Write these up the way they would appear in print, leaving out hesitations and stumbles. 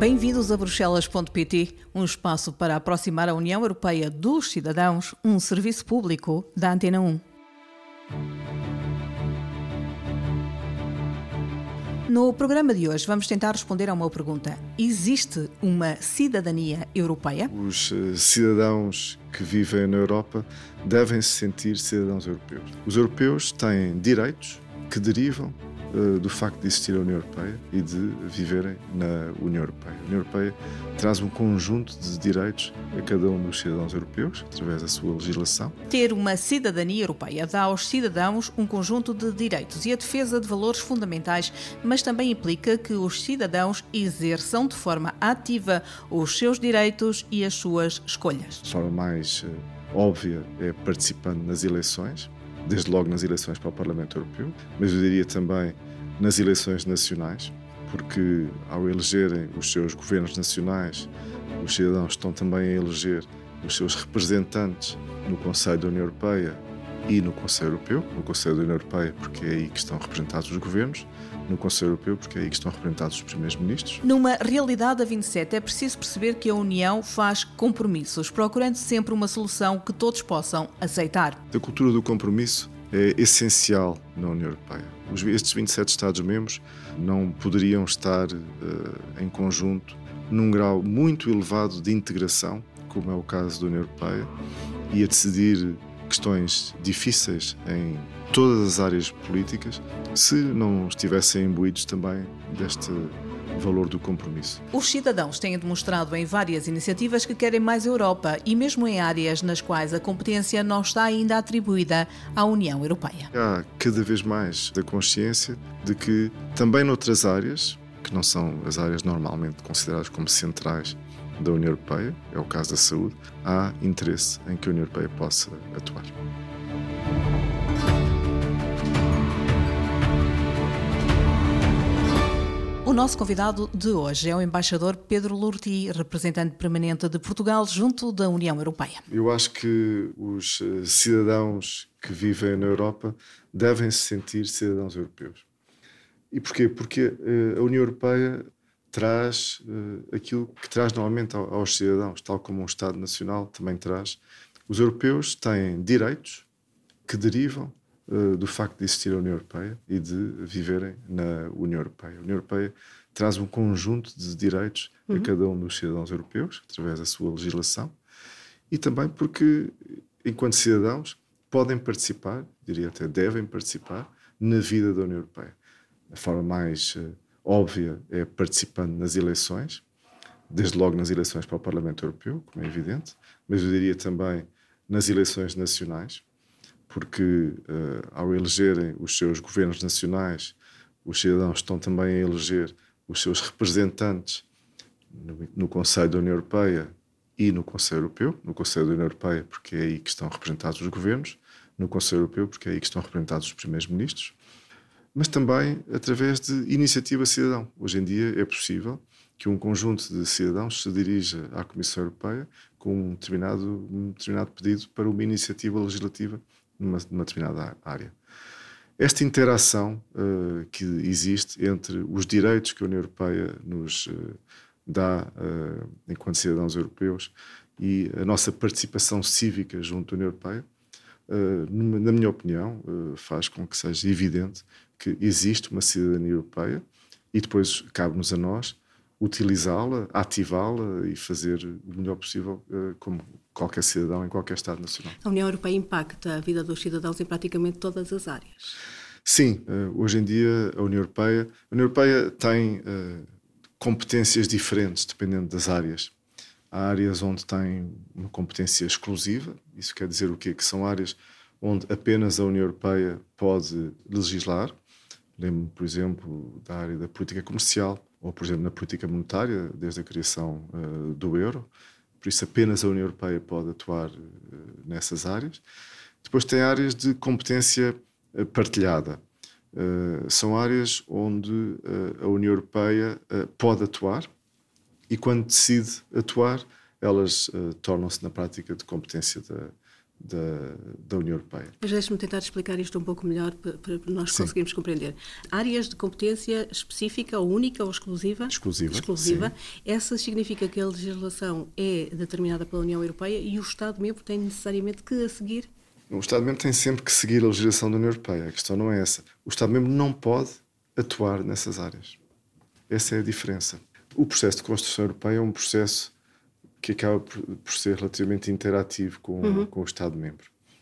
Bem-vindos a Bruxelas.pt, um espaço para aproximar a União Europeia dos cidadãos, um serviço público da Antena 1. No programa de hoje vamos tentar responder a uma pergunta. Existe uma cidadania europeia? Os cidadãos que vivem na Europa devem se sentir cidadãos europeus. Os europeus têm direitos que derivam do facto de existir a União Europeia e de viverem na União Europeia. A União Europeia traz um conjunto de direitos a cada um dos cidadãos europeus, através da sua legislação. Ter uma cidadania europeia dá aos cidadãos um conjunto de direitos e a defesa de valores fundamentais, mas também implica que os cidadãos exerçam de forma ativa os seus direitos e as suas escolhas. De forma mais óbvia é participando nas eleições, desde logo nas eleições para o Parlamento Europeu, mas eu diria também nas eleições nacionais, porque ao elegerem os seus governos nacionais, os cidadãos estão também a eleger os seus representantes no Conselho da União Europeia e no Conselho Europeu. No Conselho da União Europeia, porque é aí que estão representados os governos, no Conselho Europeu, porque é aí que estão representados os primeiros-ministros. Numa realidade a 27, é preciso perceber que a União faz compromissos, procurando sempre uma solução que todos possam aceitar. A cultura do compromisso é essencial na União Europeia. Estes 27 Estados-membros não poderiam estar em conjunto num grau muito elevado de integração, como é o caso da União Europeia, e a decidir questões difíceis em todas as áreas políticas, se não estivessem imbuídos também deste valor do compromisso. Os cidadãos têm demonstrado em várias iniciativas que querem mais Europa e mesmo em áreas nas quais a competência não está ainda atribuída à União Europeia. Há cada vez mais a consciência de que também noutras áreas, que não são as áreas normalmente consideradas como centrais da União Europeia, é o caso da saúde, há interesse em que a União Europeia possa atuar. O nosso convidado de hoje é o embaixador Pedro Lorti, representante permanente de Portugal junto da União Europeia. Eu acho que os cidadãos que vivem na Europa devem se sentir cidadãos europeus. E porquê? Porque a União Europeia traz aquilo que traz normalmente aos cidadãos, tal como um Estado Nacional também traz. Os europeus têm direitos que derivam do facto de existir a União Europeia e de viverem na União Europeia. A União Europeia traz um conjunto de direitos a cada um dos cidadãos europeus, através da sua legislação, e também porque, enquanto cidadãos, podem participar, diria até devem participar, na vida da União Europeia. A forma mais óbvia é participando nas eleições, desde logo nas eleições para o Parlamento Europeu, como é evidente, mas eu diria também nas eleições nacionais, porque ao elegerem os seus governos nacionais, os cidadãos estão também a eleger os seus representantes no Conselho da União Europeia e no Conselho Europeu. No Conselho da União Europeia, porque é aí que estão representados os governos, no Conselho Europeu, porque é aí que estão representados os primeiros-ministros, mas também através de iniciativa cidadã. Hoje em dia é possível que um conjunto de cidadãos se dirija à Comissão Europeia com um determinado pedido para uma iniciativa legislativa numa determinada área. Esta interação que existe entre os direitos que a União Europeia nos dá enquanto cidadãos europeus e a nossa participação cívica junto à União Europeia, na minha opinião, faz com que seja evidente que existe uma cidadania europeia e depois cabe-nos a nós utilizá-la, ativá-la e fazer o melhor possível como qualquer cidadão em qualquer Estado Nacional. A União Europeia impacta a vida dos cidadãos em praticamente todas as áreas. Sim, hoje em dia a União Europeia tem competências diferentes dependendo das áreas. Há áreas onde tem uma competência exclusiva, isso quer dizer o quê? Que são áreas onde apenas a União Europeia pode legislar. Lembro-me, por exemplo, da área da política comercial, ou, por exemplo, na política monetária, desde a criação do euro. Por isso, apenas a União Europeia pode atuar nessas áreas. Depois tem áreas de competência partilhada. São áreas onde a União Europeia pode atuar e, quando decide atuar, elas tornam-se, na prática, de competência da União Europeia. Mas deixe-me tentar explicar isto um pouco melhor para nós conseguirmos compreender. Áreas de competência específica, ou única, ou exclusiva? Exclusiva. Essa significa que a legislação é determinada pela União Europeia e o Estado-membro tem necessariamente que a seguir? O Estado-membro tem sempre que seguir a legislação da União Europeia. A questão não é essa. O Estado-membro não pode atuar nessas áreas. Essa é a diferença. O processo de construção europeia é um processo que acaba por ser relativamente interativo com o Estado-membro.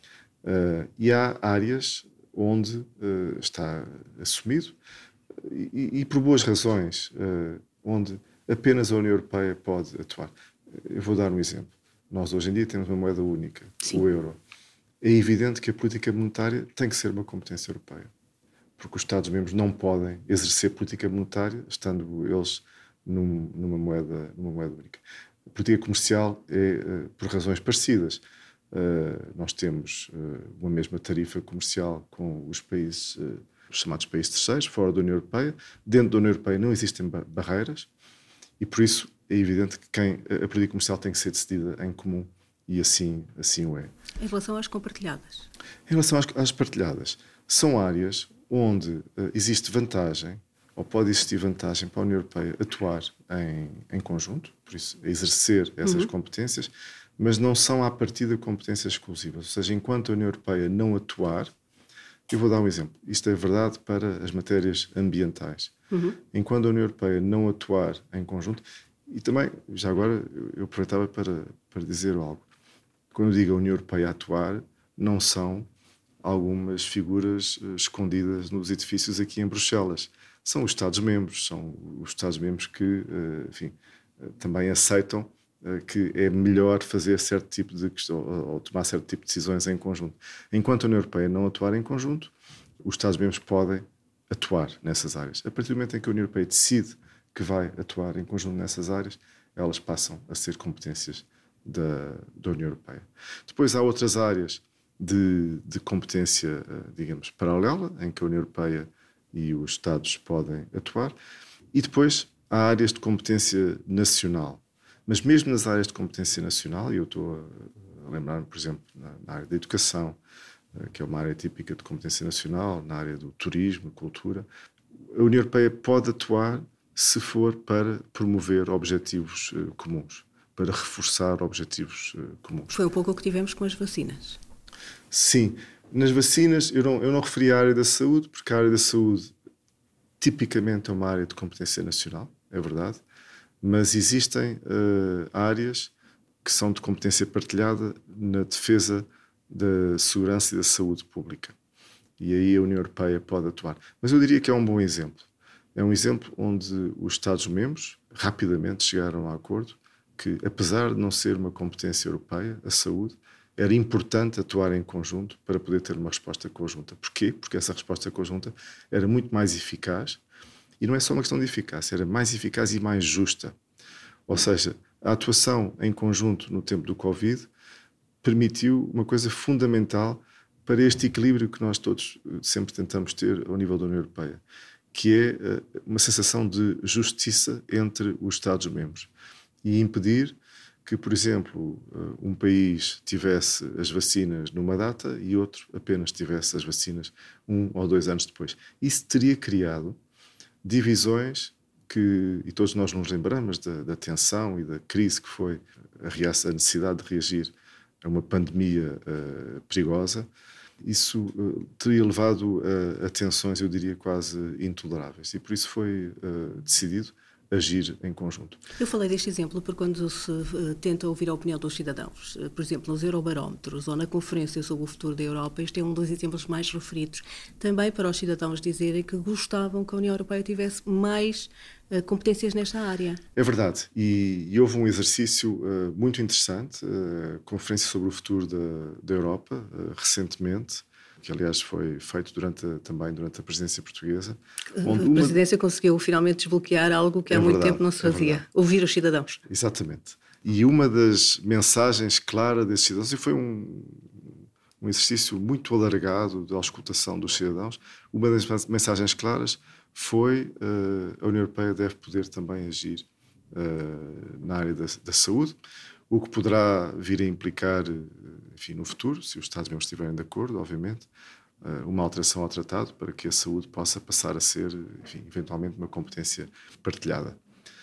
E há áreas onde está assumido, e por boas razões, onde apenas a União Europeia pode atuar. Eu vou dar um exemplo. Nós hoje em dia temos uma moeda única, Sim. o euro. É evidente que a política monetária tem que ser uma competência europeia, porque os Estados-membros não podem exercer política monetária estando eles numa moeda única. A política comercial é por razões parecidas. Nós temos uma mesma tarifa comercial com os países, os chamados países terceiros, fora da União Europeia. Dentro da União Europeia não existem barreiras e, por isso, é evidente que a política comercial tem que ser decidida em comum e assim o é. Em relação às compartilhadas? Em relação às partilhadas, são áreas onde existe vantagem, ou pode existir vantagem para a União Europeia atuar em conjunto, por isso, exercer essas competências, mas não são à partida competências exclusivas. Ou seja, enquanto a União Europeia não atuar, eu vou dar um exemplo. Isto é verdade para as matérias ambientais. Enquanto a União Europeia não atuar em conjunto, e também, já agora, eu aproveitava para dizer algo. Quando eu digo a União Europeia atuar, não são algumas figuras escondidas nos edifícios aqui em Bruxelas. São os Estados-membros, que, enfim, também aceitam que é melhor fazer certo tipo de questão, ou tomar certo tipo de decisões em conjunto. Enquanto a União Europeia não atuar em conjunto, os Estados-membros podem atuar nessas áreas. A partir do momento em que a União Europeia decide que vai atuar em conjunto nessas áreas, elas passam a ser competências da União Europeia. Depois há outras áreas de competência, digamos, paralela, em que a União Europeia e os Estados podem atuar. E depois há áreas de competência nacional. Mas mesmo nas áreas de competência nacional, e eu estou a lembrar-me, por exemplo, na área da educação, que é uma área típica de competência nacional, na área do turismo, cultura, a União Europeia pode atuar se for para promover objetivos comuns, para reforçar objetivos comuns. Foi um pouco o que tivemos com as vacinas. Sim. Nas vacinas, eu não referi à área da saúde, porque a área da saúde tipicamente é uma área de competência nacional, é verdade, mas existem áreas que são de competência partilhada na defesa da segurança e da saúde pública. E aí a União Europeia pode atuar. Mas eu diria que é um bom exemplo. É um exemplo onde os Estados-membros rapidamente chegaram a acordo que, apesar de não ser uma competência europeia, a saúde, era importante atuar em conjunto para poder ter uma resposta conjunta. Porquê? Porque essa resposta conjunta era muito mais eficaz, e não é só uma questão de eficácia, era mais eficaz e mais justa. Ou seja, a atuação em conjunto no tempo do Covid permitiu uma coisa fundamental para este equilíbrio que nós todos sempre tentamos ter ao nível da União Europeia, que é uma sensação de justiça entre os Estados-membros e impedir que, por exemplo, um país tivesse as vacinas numa data e outro apenas tivesse as vacinas 1 ou 2 anos depois. Isso teria criado divisões e todos nós nos lembramos da tensão e da crise que foi a necessidade de reagir a uma pandemia perigosa. Isso teria levado a tensões, eu diria, quase intoleráveis. E por isso foi decidido agir em conjunto. Eu falei deste exemplo porque quando se tenta ouvir a opinião dos cidadãos, por exemplo, nos Eurobarómetros ou na Conferência sobre o Futuro da Europa, este é um dos exemplos mais referidos, também para os cidadãos dizerem que gostavam que a União Europeia tivesse mais competências nesta área. É verdade. E houve um exercício muito interessante, a Conferência sobre o Futuro da Europa, recentemente, que aliás foi feito também durante a presidência portuguesa. A presidência conseguiu finalmente desbloquear algo que há muito tempo não se fazia, ouvir os cidadãos. Exatamente. E uma das mensagens claras desses cidadãos, e foi um exercício muito alargado de auscultação dos cidadãos, uma das mensagens claras foi a União Europeia deve poder também agir na área da saúde, o que poderá vir a implicar, enfim, no futuro, se os Estados-membros estiverem de acordo, obviamente, uma alteração ao tratado para que a saúde possa passar a ser, enfim, eventualmente uma competência partilhada.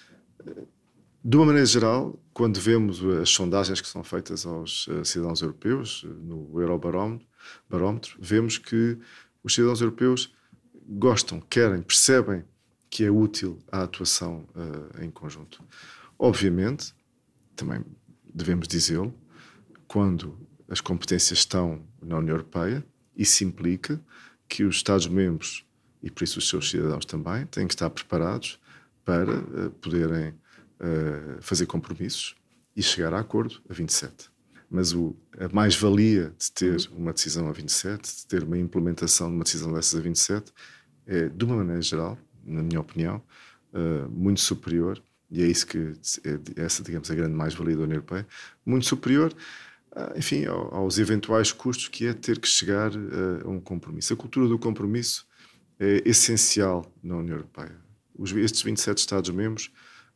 De uma maneira geral, quando vemos as sondagens que são feitas aos cidadãos europeus, no Eurobarómetro, vemos que os cidadãos europeus gostam, querem, percebem que é útil a atuação em conjunto. Obviamente, também devemos dizê-lo, quando as competências estão na União Europeia, isso implica que os Estados-membros, e por isso os seus cidadãos também, têm que estar preparados para poderem fazer compromissos e chegar a acordo a 27. Mas a mais-valia de ter uma decisão a 27, de ter uma implementação de uma decisão dessas a 27, é, de uma maneira geral, na minha opinião, muito superior, e é isso que essa, digamos, a grande mais-valia da União Europeia, muito superior, enfim, aos eventuais custos que é ter que chegar a um compromisso. A cultura do compromisso é essencial na União Europeia. Estes 27 Estados-membros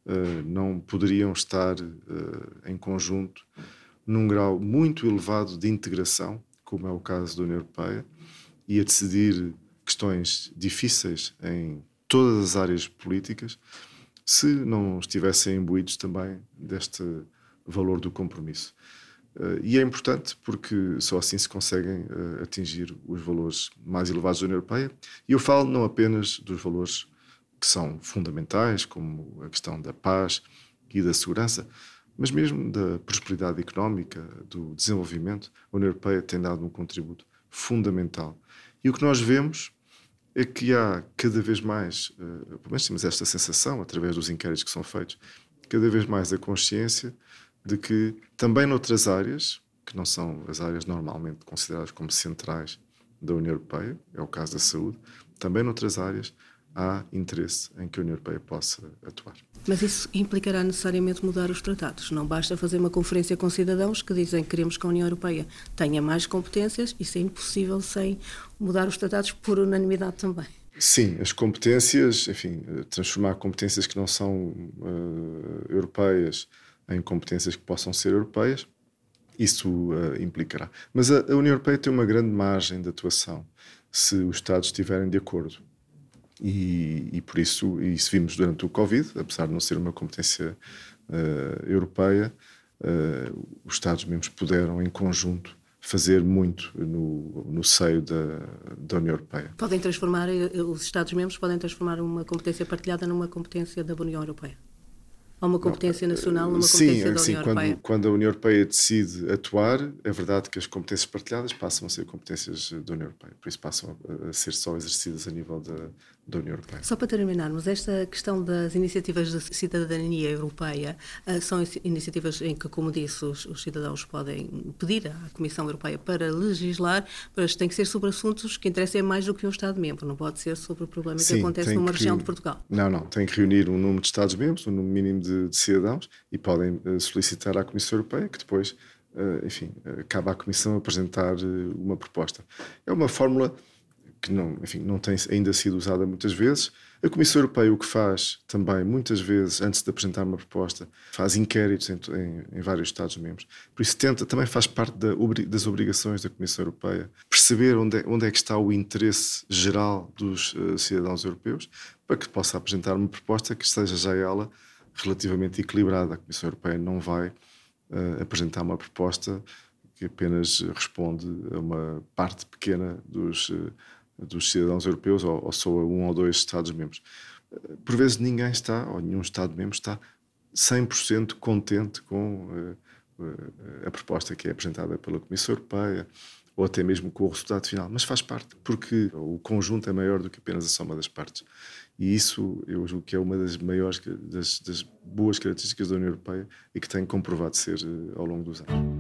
não poderiam estar em conjunto num grau muito elevado de integração, como é o caso da União Europeia, e a decidir questões difíceis em todas as áreas políticas, se não estivessem imbuídos também deste valor do compromisso. E é importante porque só assim se conseguem atingir os valores mais elevados da União Europeia. E eu falo não apenas dos valores que são fundamentais, como a questão da paz e da segurança, mas mesmo da prosperidade económica, do desenvolvimento. A União Europeia tem dado um contributo fundamental. E o que nós vemos é que há cada vez mais, pelo menos temos esta sensação, através dos inquéritos que são feitos, cada vez mais a consciência de que também noutras áreas, que não são as áreas normalmente consideradas como centrais da União Europeia, é o caso da saúde, também noutras áreas há interesse em que a União Europeia possa atuar. Mas isso implicará necessariamente mudar os tratados. Não basta fazer uma conferência com cidadãos que dizem que queremos que a União Europeia tenha mais competências. Isso é impossível sem mudar os tratados por unanimidade também. Sim, as competências, enfim, transformar competências que não são europeias em competências que possam ser europeias, isso implicará. Mas a União Europeia tem uma grande margem de atuação se os Estados estiverem de acordo. E por isso vimos durante o Covid, apesar de não ser uma competência europeia, os Estados-membros puderam, em conjunto, fazer muito no seio da União Europeia. Os Estados-membros podem transformar uma competência partilhada numa competência da União Europeia? Ou uma competência nacional numa competência da União Europeia? Quando a União Europeia decide atuar, é verdade que as competências partilhadas passam a ser competências da União Europeia. Por isso passam a ser só exercidas a nível da União Europeia. Só para terminarmos, esta questão das iniciativas de cidadania europeia são iniciativas em que, como disse, os cidadãos podem pedir à Comissão Europeia para legislar, mas tem que ser sobre assuntos que interessem mais do que um Estado-membro. Não pode ser sobre o problema que acontece numa região de Portugal. Não. Tem que reunir um número de Estados-membros, um número mínimo de cidadãos, e podem solicitar à Comissão Europeia que depois, enfim, cabe à Comissão apresentar uma proposta. É uma fórmula que não tem ainda sido usada muitas vezes. A Comissão Europeia o que faz também, muitas vezes, antes de apresentar uma proposta, faz inquéritos em vários Estados-membros. Por isso também faz parte das obrigações da Comissão Europeia perceber onde é que está o interesse geral dos cidadãos europeus, para que possa apresentar uma proposta que seja já ela relativamente equilibrada. A Comissão Europeia não vai apresentar uma proposta que apenas responde a uma parte pequena dos cidadãos europeus ou só a um ou dois Estados-membros. Por vezes ninguém está, ou nenhum Estado-membro está 100% contente com a proposta que é apresentada pela Comissão Europeia ou até mesmo com o resultado final, mas faz parte, porque o conjunto é maior do que apenas a soma das partes. E isso, eu julgo que é uma das maiores, das boas características da União Europeia e que tem comprovado ser ao longo dos anos.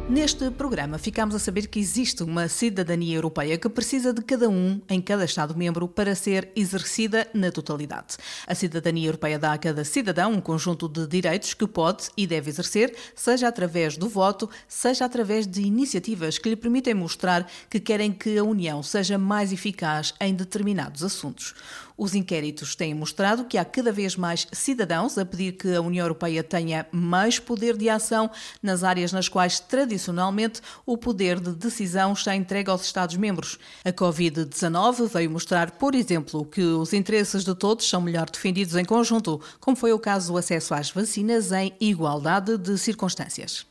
Neste programa ficamos a saber que existe uma cidadania europeia que precisa de cada um em cada Estado-membro para ser exercida na totalidade. A cidadania europeia dá a cada cidadão um conjunto de direitos que pode e deve exercer, seja através do voto, seja através de iniciativas que lhe permitem mostrar que querem que a União seja mais eficaz em determinados assuntos. Os inquéritos têm mostrado que há cada vez mais cidadãos a pedir que a União Europeia tenha mais poder de ação nas áreas nas quais tradicionalmente o poder de decisão está entregue aos Estados-membros. A Covid-19 veio mostrar, por exemplo, que os interesses de todos são melhor defendidos em conjunto, como foi o caso do acesso às vacinas em igualdade de circunstâncias.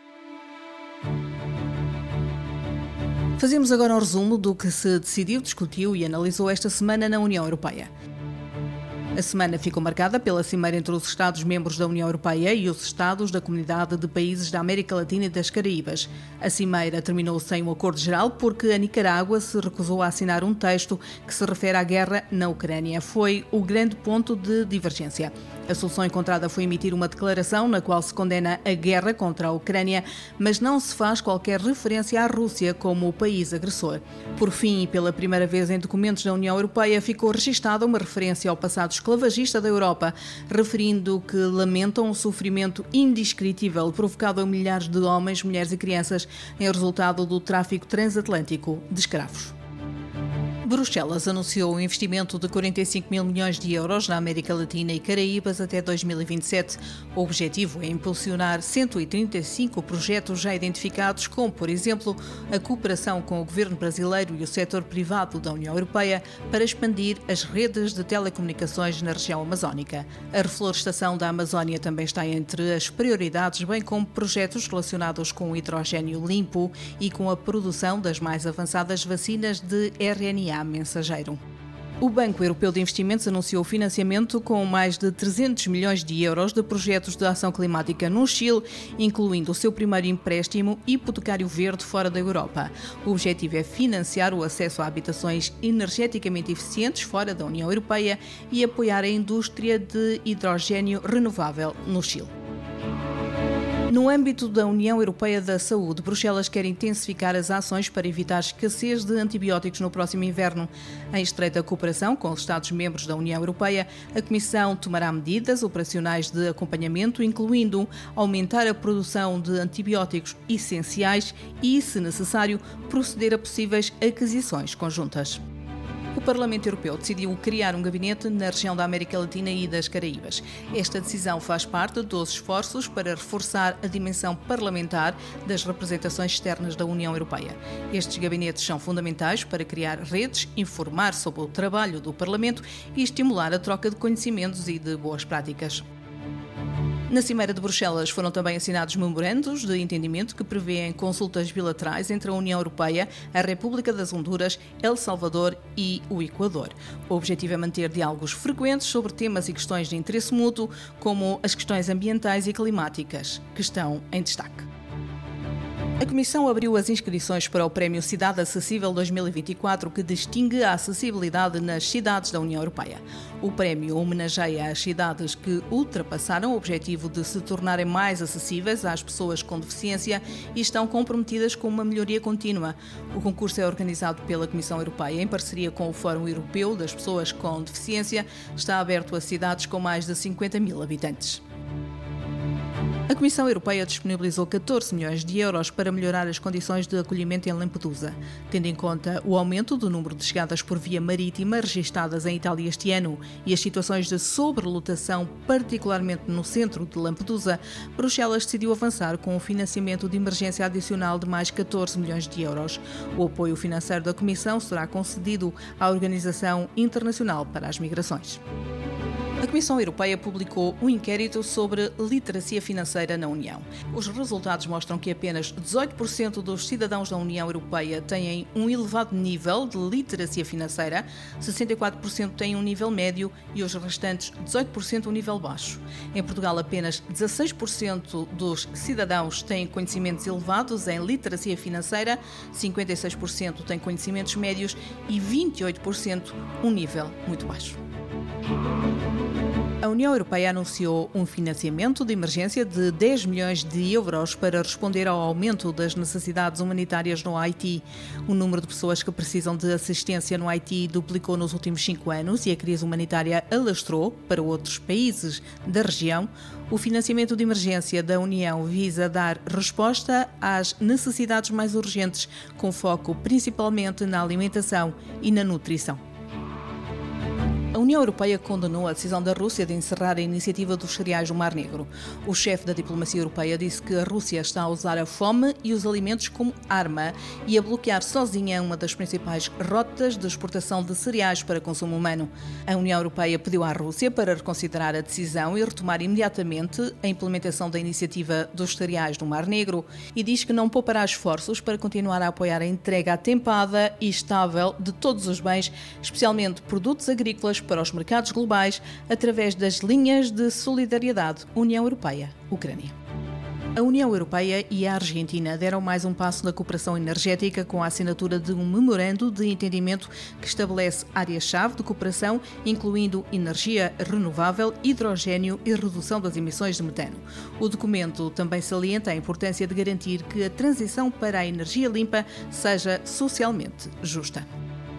Fazemos agora um resumo do que se decidiu, discutiu e analisou esta semana na União Europeia. A semana ficou marcada pela cimeira entre os Estados-membros da União Europeia e os Estados da Comunidade de Países da América Latina e das Caraíbas. A cimeira terminou sem um acordo geral porque a Nicarágua se recusou a assinar um texto que se refere à guerra na Ucrânia. Foi o grande ponto de divergência. A solução encontrada foi emitir uma declaração na qual se condena a guerra contra a Ucrânia, mas não se faz qualquer referência à Rússia como o país agressor. Por fim, e pela primeira vez em documentos da União Europeia, ficou registada uma referência ao passado esclavagista da Europa, referindo que lamentam o sofrimento indescritível provocado a milhares de homens, mulheres e crianças em resultado do tráfico transatlântico de escravos. Bruxelas anunciou um investimento de 45 mil milhões de euros na América Latina e Caraíbas até 2027. O objetivo é impulsionar 135 projetos já identificados, como, por exemplo, a cooperação com o governo brasileiro e o setor privado da União Europeia para expandir as redes de telecomunicações na região amazónica. A reflorestação da Amazónia também está entre as prioridades, bem como projetos relacionados com o hidrogênio limpo e com a produção das mais avançadas vacinas de RNA mensageiro. O Banco Europeu de Investimentos anunciou financiamento com mais de 300 milhões de euros de projetos de ação climática no Chile, incluindo o seu primeiro empréstimo hipotecário verde fora da Europa. O objetivo é financiar o acesso a habitações energeticamente eficientes fora da União Europeia e apoiar a indústria de hidrogênio renovável no Chile. No âmbito da União Europeia da Saúde, Bruxelas quer intensificar as ações para evitar a escassez de antibióticos no próximo inverno. Em estreita cooperação com os Estados-membros da União Europeia, a Comissão tomará medidas operacionais de acompanhamento, incluindo aumentar a produção de antibióticos essenciais e, se necessário, proceder a possíveis aquisições conjuntas. O Parlamento Europeu decidiu criar um gabinete na região da América Latina e das Caraíbas. Esta decisão faz parte dos esforços para reforçar a dimensão parlamentar das representações externas da União Europeia. Estes gabinetes são fundamentais para criar redes, informar sobre o trabalho do Parlamento e estimular a troca de conhecimentos e de boas práticas. Na Cimeira de Bruxelas foram também assinados memorandos de entendimento que prevêem consultas bilaterais entre a União Europeia, a República das Honduras, El Salvador e o Equador. O objetivo é manter diálogos frequentes sobre temas e questões de interesse mútuo, como as questões ambientais e climáticas, que estão em destaque. A Comissão abriu as inscrições para o Prémio Cidade Acessível 2024, que distingue a acessibilidade nas cidades da União Europeia. O prémio homenageia as cidades que ultrapassaram o objetivo de se tornarem mais acessíveis às pessoas com deficiência e estão comprometidas com uma melhoria contínua. O concurso é organizado pela Comissão Europeia em parceria com o Fórum Europeu das Pessoas com Deficiência. Está aberto a cidades com mais de 50 mil habitantes. A Comissão Europeia disponibilizou 14 milhões de euros para melhorar as condições de acolhimento em Lampedusa, tendo em conta o aumento do número de chegadas por via marítima registadas em Itália este ano e as situações de sobrelotação, particularmente no centro de Lampedusa. Bruxelas decidiu avançar com um financiamento de emergência adicional de mais 14 milhões de euros. O apoio financeiro da Comissão será concedido à Organização Internacional para as Migrações. A Comissão Europeia publicou um inquérito sobre literacia financeira na União. Os resultados mostram que apenas 18% dos cidadãos da União Europeia têm um elevado nível de literacia financeira, 64% têm um nível médio e os restantes 18% um nível baixo. Em Portugal, apenas 16% dos cidadãos têm conhecimentos elevados em literacia financeira, 56% têm conhecimentos médios e 28% um nível muito baixo. A União Europeia anunciou um financiamento de emergência de 10 milhões de euros para responder ao aumento das necessidades humanitárias no Haiti. O número de pessoas que precisam de assistência no Haiti duplicou nos últimos 5 anos e a crise humanitária alastrou para outros países da região. O financiamento de emergência da União visa dar resposta às necessidades mais urgentes, com foco principalmente na alimentação e na nutrição. A União Europeia condenou a decisão da Rússia de encerrar a iniciativa dos cereais no Mar Negro. O chefe da diplomacia europeia disse que a Rússia está a usar a fome e os alimentos como arma e a bloquear sozinha uma das principais rotas de exportação de cereais para consumo humano. A União Europeia pediu à Rússia para reconsiderar a decisão e retomar imediatamente a implementação da iniciativa dos cereais no Mar Negro e diz que não poupará esforços para continuar a apoiar a entrega atempada e estável de todos os bens, especialmente produtos agrícolas, para os mercados globais através das linhas de solidariedade União Europeia-Ucrânia. A União Europeia e a Argentina deram mais um passo na cooperação energética com a assinatura de um memorando de entendimento que estabelece áreas-chave de cooperação, incluindo energia renovável, hidrogênio e redução das emissões de metano. O documento também salienta a importância de garantir que a transição para a energia limpa seja socialmente justa.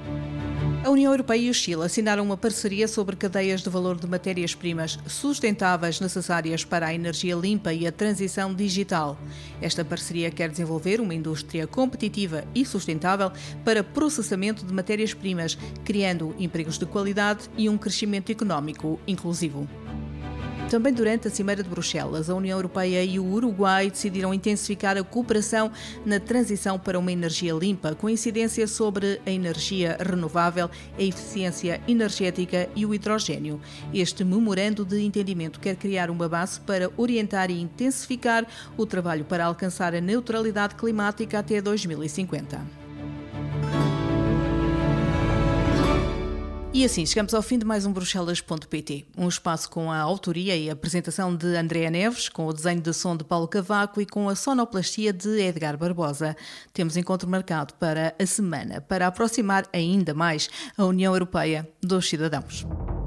A União Europeia e o Chile assinaram uma parceria sobre cadeias de valor de matérias-primas sustentáveis necessárias para a energia limpa e a transição digital. Esta parceria quer desenvolver uma indústria competitiva e sustentável para processamento de matérias-primas, criando empregos de qualidade e um crescimento económico inclusivo. Também durante a Cimeira de Bruxelas, a União Europeia e o Uruguai decidiram intensificar a cooperação na transição para uma energia limpa, com incidência sobre a energia renovável, a eficiência energética e o hidrogênio. Este memorando de entendimento quer criar uma base para orientar e intensificar o trabalho para alcançar a neutralidade climática até 2050. E assim, chegamos ao fim de mais um Bruxelas.pt, um espaço com a autoria e a apresentação de Andréa Neves, com o desenho de som de Paulo Cavaco e com a sonoplastia de Edgar Barbosa. Temos encontro marcado para a semana, para aproximar ainda mais a União Europeia dos cidadãos.